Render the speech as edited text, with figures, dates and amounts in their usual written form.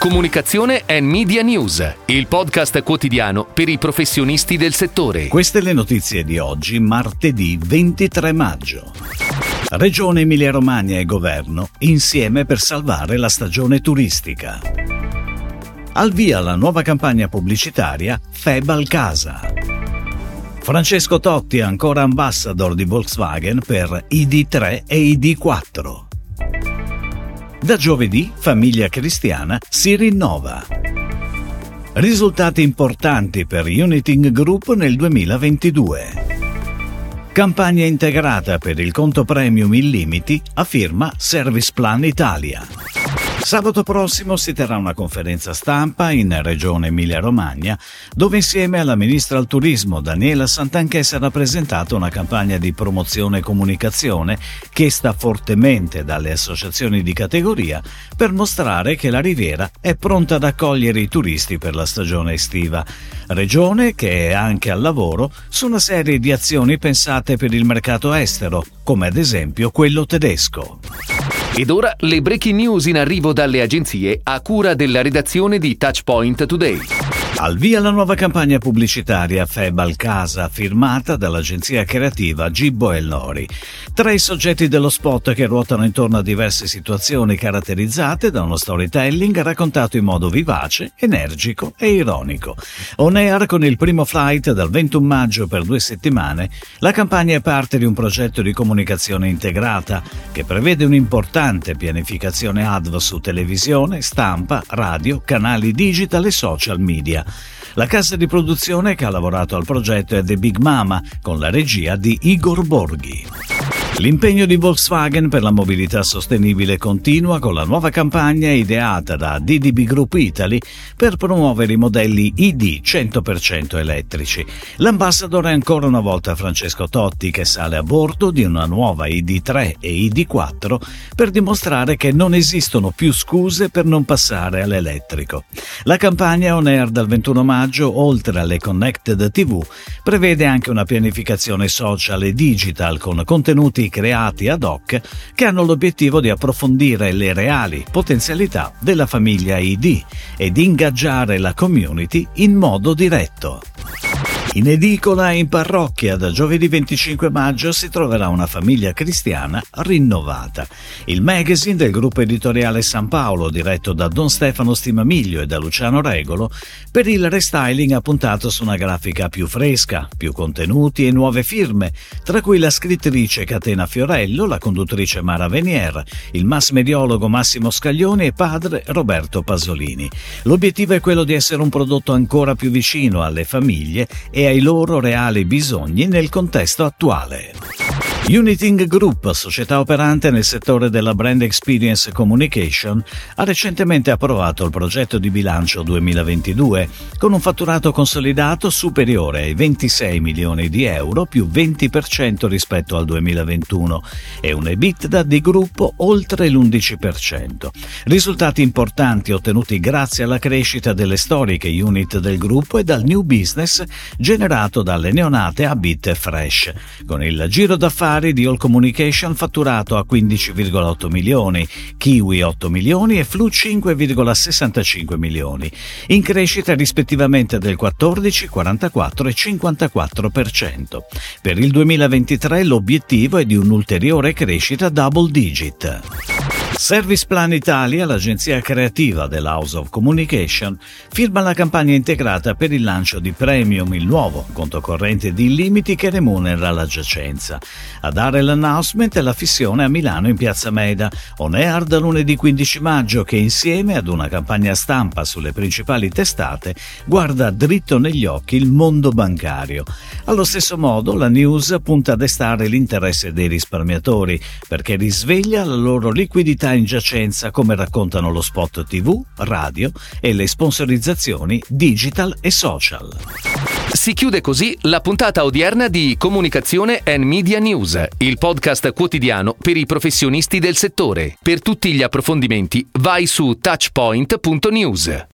Comunicazione and Media News, il podcast quotidiano per i professionisti del settore. Queste le notizie di oggi, martedì 23 maggio. Regione Emilia-Romagna e Governo insieme per salvare la stagione turistica. Al via la nuova campagna pubblicitaria Febal Casa. Francesco Totti ancora ambassador di Volkswagen per ID3 e ID4. Da giovedì Famiglia Cristiana si rinnova. Risultati importanti per Uniting Group nel 2022. Campagna integrata per il conto premium illimiti a firma Service Plan Italia. Sabato prossimo si terrà una conferenza stampa in Regione Emilia-Romagna dove insieme alla Ministra al Turismo Daniela Santanchè sarà presentata una campagna di promozione e comunicazione chiesta fortemente dalle associazioni di categoria per mostrare che la Riviera è pronta ad accogliere i turisti per la stagione estiva. Regione che è anche al lavoro su una serie di azioni pensate per il mercato estero, come ad esempio quello tedesco. Ed ora le breaking news in arrivo dalle agenzie a cura della redazione di Touchpoint Today. Al via la nuova campagna pubblicitaria Febal Casa firmata dall'agenzia creativa Gibbo El Nori. Tra i soggetti dello spot che ruotano intorno a diverse situazioni caratterizzate da uno storytelling raccontato in modo vivace, energico e ironico. On air con il primo flight dal 21 maggio per 2 settimane, la campagna è parte di un progetto di comunicazione integrata che prevede un'importante pianificazione ADV su televisione, stampa, radio, canali digital e social media. La casa di produzione che ha lavorato al progetto è The Big Mama, con la regia di Igor Borghi. L'impegno di Volkswagen per la mobilità sostenibile continua con la nuova campagna ideata da DDB Group Italy per promuovere i modelli ID 100% elettrici. L'ambassador è ancora una volta Francesco Totti che sale a bordo di una nuova ID3 e ID4 per dimostrare che non esistono più scuse per non passare all'elettrico. La campagna on air dal 21 maggio, oltre alle Connected TV, prevede anche una pianificazione social e digital con contenuti creati ad hoc che hanno l'obiettivo di approfondire le reali potenzialità della famiglia ID ed ingaggiare la community in modo diretto. In edicola e in parrocchia da giovedì 25 maggio si troverà una famiglia cristiana rinnovata. Il magazine del gruppo editoriale San Paolo, diretto da Don Stefano Stimamiglio e da Luciano Regolo, per il restyling ha puntato su una grafica più fresca, più contenuti e nuove firme, tra cui la scrittrice Catena Fiorello, la conduttrice Mara Venier, il mass mediologo Massimo Scaglioni e padre Roberto Pasolini. L'obiettivo è quello di essere un prodotto ancora più vicino alle famiglie e ai loro reali bisogni nel contesto attuale. Uniting Group, società operante nel settore della Brand Experience Communication, ha recentemente approvato il progetto di bilancio 2022 con un fatturato consolidato superiore ai 26 milioni di euro più 20% rispetto al 2021 e un EBITDA di gruppo oltre l'11%. Risultati importanti ottenuti grazie alla crescita delle storiche unit del gruppo e dal new business generato dalle neonate Abit e Fresh, con il giro d'affari di All Communication fatturato a 15,8 milioni, Kiwi 8 milioni e Flu 5,65 milioni, in crescita rispettivamente del 14, 44 e 54%. Per il 2023 l'obiettivo è di un'ulteriore crescita double digit. Service Plan Italia, l'agenzia creativa dell'House of Communication, firma la campagna integrata per il lancio di Premium, il nuovo conto corrente di illimiti che remunera la giacenza. A dare l'announcement è la fissione a Milano in Piazza Meda, on air da lunedì 15 maggio, che insieme ad una campagna stampa sulle principali testate guarda dritto negli occhi il mondo bancario. Allo stesso modo la news punta a destare l'interesse dei risparmiatori perché risveglia la loro liquidità in giacenza, come raccontano lo spot TV, radio e le sponsorizzazioni digital e social. Si chiude così la puntata odierna di Comunicazione and Media News, il podcast quotidiano per i professionisti del settore. Per tutti gli approfondimenti vai su touchpoint.news.